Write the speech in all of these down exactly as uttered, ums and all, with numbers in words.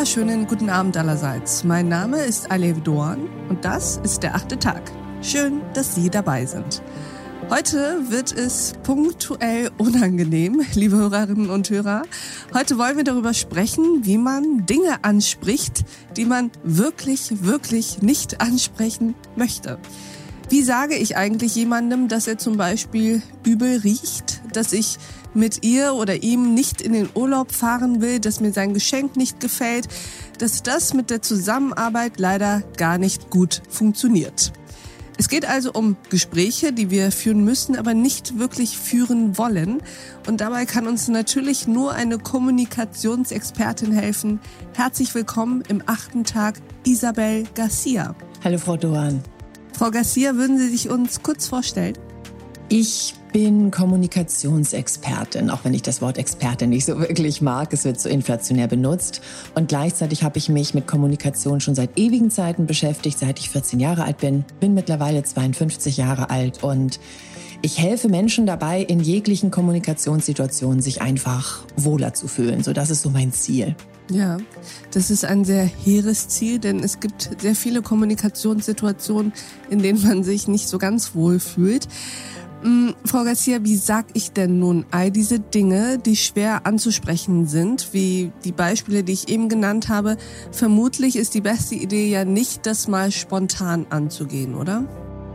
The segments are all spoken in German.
wunderschönen guten Abend allerseits. Mein Name ist Alev Doan und das ist der achte Tag. Schön, dass Sie dabei sind. Heute wird es punktuell unangenehm, liebe Hörerinnen und Hörer. Heute wollen wir darüber sprechen, wie man Dinge anspricht, die man wirklich, wirklich nicht ansprechen möchte. Wie sage ich eigentlich jemandem, dass er zum Beispiel übel riecht, dass ich mit ihr oder ihm nicht in den Urlaub fahren will, dass mir sein Geschenk nicht gefällt, dass das mit der Zusammenarbeit leider gar nicht gut funktioniert. Es geht also um Gespräche, die wir führen müssen, aber nicht wirklich führen wollen. Und dabei kann uns natürlich nur eine Kommunikationsexpertin helfen. Herzlich willkommen im achten Tag, Isabel Garcia. Hallo Frau Doan. Frau Garcia, würden Sie sich uns kurz vorstellen? Ich bin Kommunikationsexpertin, auch wenn ich das Wort Expertin nicht so wirklich mag. Es wird so inflationär benutzt. Und gleichzeitig habe ich mich mit Kommunikation schon seit ewigen Zeiten beschäftigt, seit ich vierzehn Jahre alt bin. Bin mittlerweile zweiundfünfzig Jahre alt und ich helfe Menschen dabei, in jeglichen Kommunikationssituationen sich einfach wohler zu fühlen. So, das ist so mein Ziel. Ja, das ist ein sehr hehres Ziel, denn es gibt sehr viele Kommunikationssituationen, in denen man sich nicht so ganz wohl fühlt. Hm, Frau Garcia, wie sag ich denn nun all diese Dinge, die schwer anzusprechen sind, wie die Beispiele, die ich eben genannt habe? Vermutlich ist die beste Idee ja nicht, das mal spontan anzugehen, oder?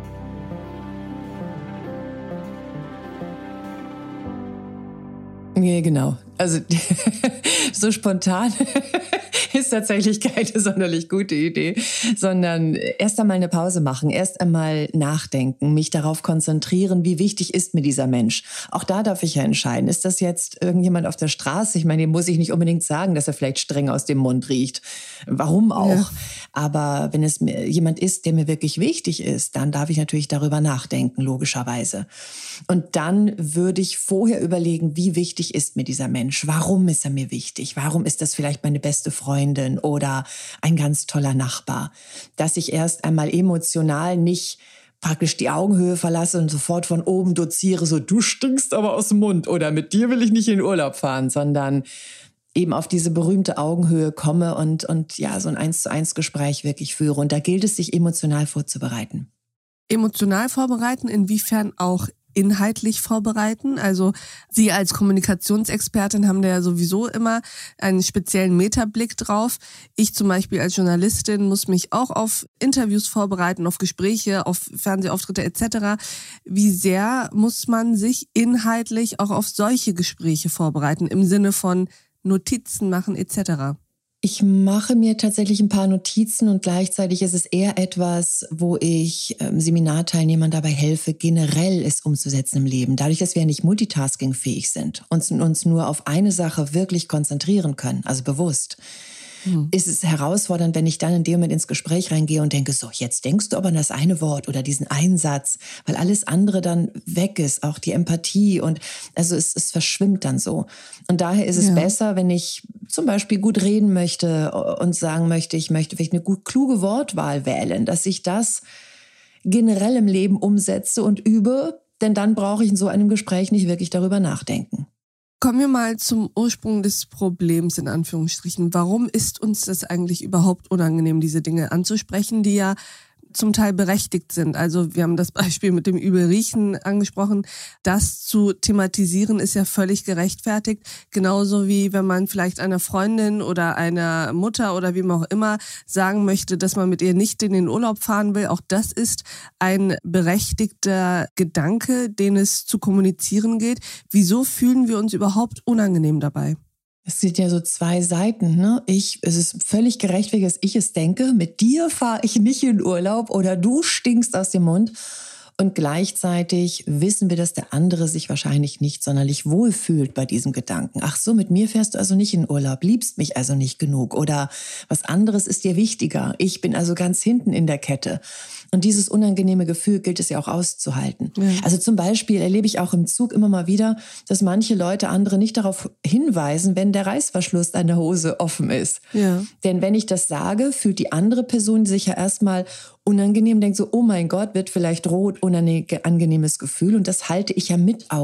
Ja, genau. Also so spontan ist tatsächlich keine sonderlich gute Idee, sondern erst einmal eine Pause machen, erst einmal nachdenken, mich darauf konzentrieren, wie wichtig ist mir dieser Mensch. Auch da darf ich ja entscheiden, ist das jetzt irgendjemand auf der Straße? Ich meine, dem muss ich nicht unbedingt sagen, dass er vielleicht streng aus dem Mund riecht. Warum auch? Ja. Aber wenn es mir jemand ist, der mir wirklich wichtig ist, dann darf ich natürlich darüber nachdenken, logischerweise. Und dann würde ich vorher überlegen, wie wichtig ist mir dieser Mensch? Warum ist er mir wichtig? Warum ist das vielleicht meine beste Freundin oder ein ganz toller Nachbar? Dass ich erst einmal emotional nicht praktisch die Augenhöhe verlasse und sofort von oben doziere, so du stinkst aber aus dem Mund oder mit dir will ich nicht in den Urlaub fahren, sondern eben auf diese berühmte Augenhöhe komme und, und ja, so ein eins zu eins Gespräch wirklich führe. Und da gilt es, sich emotional vorzubereiten. Emotional vorbereiten, inwiefern auch inhaltlich vorbereiten? Also Sie als Kommunikationsexpertin haben da ja sowieso immer einen speziellen Metablick drauf. Ich zum Beispiel als Journalistin muss mich auch auf Interviews vorbereiten, auf Gespräche, auf Fernsehauftritte et cetera. Wie sehr muss man sich inhaltlich auch auf solche Gespräche vorbereiten, im Sinne von Notizen machen et cetera? Ich mache mir tatsächlich ein paar Notizen und gleichzeitig ist es eher etwas, wo ich ähm, Seminarteilnehmern dabei helfe, generell es umzusetzen im Leben. Dadurch, dass wir ja nicht multitaskingfähig sind und uns nur auf eine Sache wirklich konzentrieren können, also bewusst, hm. ist es herausfordernd, wenn ich dann in dem Moment ins Gespräch reingehe und denke, so, jetzt denkst du aber an das eine Wort oder diesen einen Satz, weil alles andere dann weg ist, auch die Empathie und also es, es verschwimmt dann so. Und daher ist es ja. besser, wenn ich zum Beispiel gut reden möchte und sagen möchte, ich möchte vielleicht eine gut kluge Wortwahl wählen, dass ich das generell im Leben umsetze und übe, denn dann brauche ich in so einem Gespräch nicht wirklich darüber nachdenken. Kommen wir mal zum Ursprung des Problems, in Anführungsstrichen. Warum ist uns das eigentlich überhaupt unangenehm, diese Dinge anzusprechen, die ja zum Teil berechtigt sind? Also wir haben das Beispiel mit dem Übelriechen angesprochen. Das zu thematisieren ist ja völlig gerechtfertigt. Genauso wie wenn man vielleicht einer Freundin oder einer Mutter oder wem auch immer sagen möchte, dass man mit ihr nicht in den Urlaub fahren will. Auch das ist ein berechtigter Gedanke, den es zu kommunizieren gilt. Wieso fühlen wir uns überhaupt unangenehm dabei? Es gibt ja so zwei Seiten, ne? Ich, es ist völlig gerechtfertigt, dass ich es denke. Mit dir fahre ich nicht in Urlaub oder du stinkst aus dem Mund. Und gleichzeitig wissen wir, dass der andere sich wahrscheinlich nicht sonderlich wohlfühlt bei diesem Gedanken. Ach so, mit mir fährst du also nicht in Urlaub, liebst mich also nicht genug oder was anderes ist dir wichtiger. Ich bin also ganz hinten in der Kette. Und dieses unangenehme Gefühl gilt es ja auch auszuhalten. Ja. Also zum Beispiel erlebe ich auch im Zug immer mal wieder, dass manche Leute andere nicht darauf hinweisen, wenn der Reißverschluss an der Hose offen ist. Ja. Denn wenn ich das sage, fühlt die andere Person sich ja erstmal unangenehm, denkt so, oh mein Gott, wird vielleicht rot, unangenehmes Gefühl. Und das halte ich ja mit aus.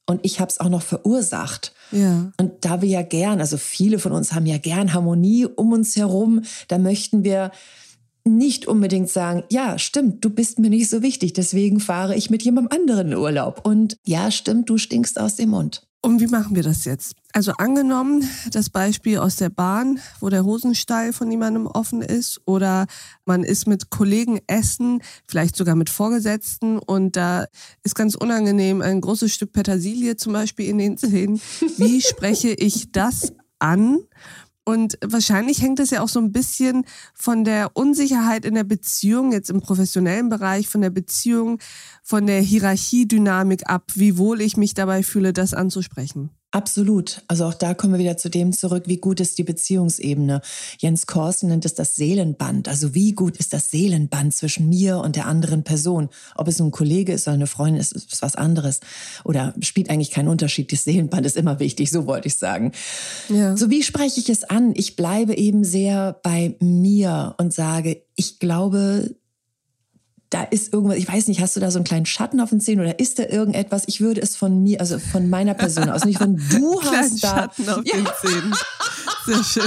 und ich habe es auch noch verursacht. Ja. Und da wir ja gern, also viele von uns haben ja gern Harmonie um uns herum, da möchten wir nicht unbedingt sagen, ja, stimmt, du bist mir nicht so wichtig, deswegen fahre ich mit jemandem anderen in Urlaub. Und ja, stimmt, du stinkst aus dem Mund. Und wie machen wir das jetzt? Also angenommen, das Beispiel aus der Bahn, wo der Hosenstall von jemandem offen ist, oder man ist mit Kollegen essen, vielleicht sogar mit Vorgesetzten, und da ist ganz unangenehm ein großes Stück Petersilie zum Beispiel in den Zähnen. Wie spreche ich das an? Und wahrscheinlich hängt es ja auch so ein bisschen von der Unsicherheit in der Beziehung, jetzt im professionellen Bereich, von der Beziehung, von der Hierarchiedynamik ab, wie wohl ich mich dabei fühle, das anzusprechen. Absolut. Also auch da kommen wir wieder zu dem zurück, wie gut ist die Beziehungsebene. Jens Korsen nennt es das Seelenband. Also wie gut ist das Seelenband zwischen mir und der anderen Person? Ob es nun ein Kollege ist oder eine Freundin ist, ist was anderes. Oder spielt eigentlich keinen Unterschied. Das Seelenband ist immer wichtig, so wollte ich sagen. Ja. So wie spreche ich es an? Ich bleibe eben sehr bei mir und sage, ich glaube, da ist irgendwas, ich weiß nicht, hast du da so einen kleinen Schatten auf den Zähnen oder ist da irgendetwas? Ich würde es von mir, also von meiner Person aus, nicht von du hast da. Schatten auf ja. den Zähnen. Sehr schön.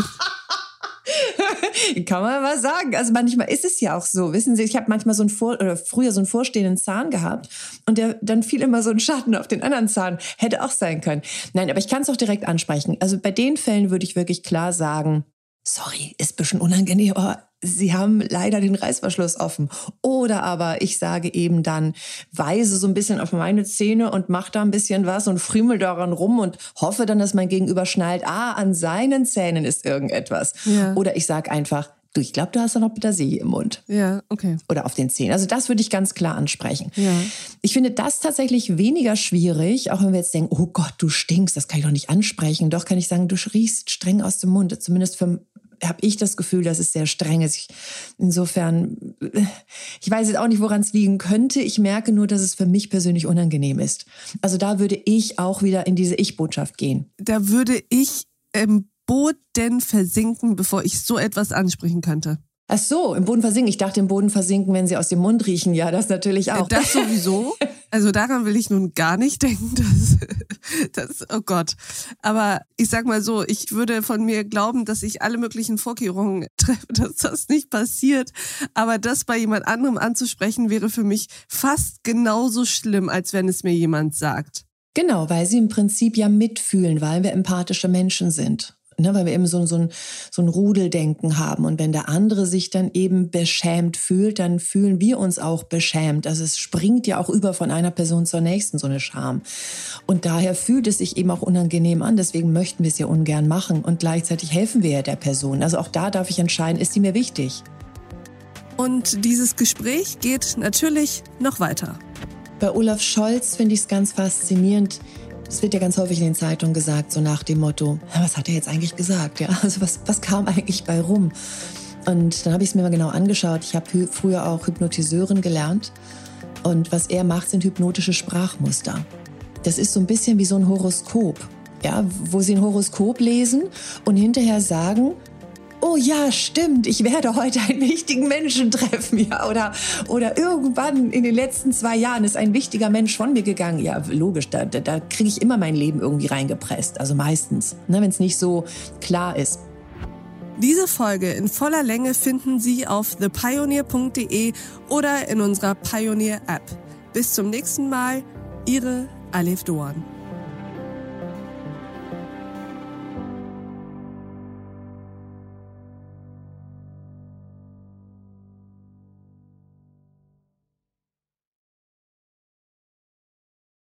Kann man mal sagen. Also manchmal ist es ja auch so. Wissen Sie, ich habe manchmal so einen Vor- oder früher so einen vorstehenden Zahn gehabt und der, dann fiel immer so ein Schatten auf den anderen Zahn. Hätte auch sein können. Nein, aber ich kann es auch direkt ansprechen. Also bei den Fällen würde ich wirklich klar sagen, sorry, ist ein bisschen unangenehm, aber Sie haben leider den Reißverschluss offen. Oder aber ich sage eben dann, weise so ein bisschen auf meine Zähne und mache da ein bisschen was und frümel daran rum und hoffe dann, dass mein Gegenüber schnallt, ah, an seinen Zähnen ist irgendetwas. Ja. Oder ich sage einfach, du, ich glaube, du hast da noch Petersilie im Mund. Ja, okay. Oder auf den Zähnen. Also das würde ich ganz klar ansprechen. Ja. Ich finde das tatsächlich weniger schwierig, auch wenn wir jetzt denken, oh Gott, du stinkst, das kann ich doch nicht ansprechen. Doch kann ich sagen, du riechst streng aus dem Mund. Zumindest für habe ich das Gefühl, dass es sehr streng ist. Ich, insofern, ich weiß jetzt auch nicht, woran es liegen könnte. Ich merke nur, dass es für mich persönlich unangenehm ist. Also da würde ich auch wieder in diese Ich-Botschaft gehen. Da würde ich im Boden versinken, bevor ich so etwas ansprechen könnte. Ach so, im Boden versinken. Ich dachte, im Boden versinken, wenn sie aus dem Mund riechen. Ja, das natürlich auch. Das sowieso. Also daran will ich nun gar nicht denken. Das, das, oh Gott. Aber ich sag mal so, ich würde von mir glauben, dass ich alle möglichen Vorkehrungen treffe, dass das nicht passiert. Aber das bei jemand anderem anzusprechen, wäre für mich fast genauso schlimm, als wenn es mir jemand sagt. Genau, weil sie im Prinzip ja mitfühlen, weil wir empathische Menschen sind. Ne, weil wir eben so, so, ein, so ein Rudeldenken haben. Und wenn der andere sich dann eben beschämt fühlt, dann fühlen wir uns auch beschämt. Also es springt ja auch über von einer Person zur nächsten, so eine Scham. Und daher fühlt es sich eben auch unangenehm an. Deswegen möchten wir es ja ungern machen. Und gleichzeitig helfen wir ja der Person. Also auch da darf ich entscheiden, ist sie mir wichtig? Und dieses Gespräch geht natürlich noch weiter. Bei Olaf Scholz finde ich es ganz faszinierend. Es wird ja ganz häufig in den Zeitungen gesagt, so nach dem Motto, was hat er jetzt eigentlich gesagt? Ja, also was, was kam eigentlich bei rum? Und dann habe ich es mir mal genau angeschaut. Ich habe hy- früher auch Hypnotiseurin gelernt. Und was er macht, sind hypnotische Sprachmuster. Das ist so ein bisschen wie so ein Horoskop, ja, wo Sie ein Horoskop lesen und hinterher sagen, oh ja, stimmt, ich werde heute einen wichtigen Menschen treffen, ja, oder, oder irgendwann in den letzten zwei Jahren ist ein wichtiger Mensch von mir gegangen. Ja, logisch, da, da, da kriege ich immer mein Leben irgendwie reingepresst, also meistens, ne, wenn es nicht so klar ist. Diese Folge in voller Länge finden Sie auf the pioneer punkt de oder in unserer Pioneer-App. Bis zum nächsten Mal, Ihre Alef Doan.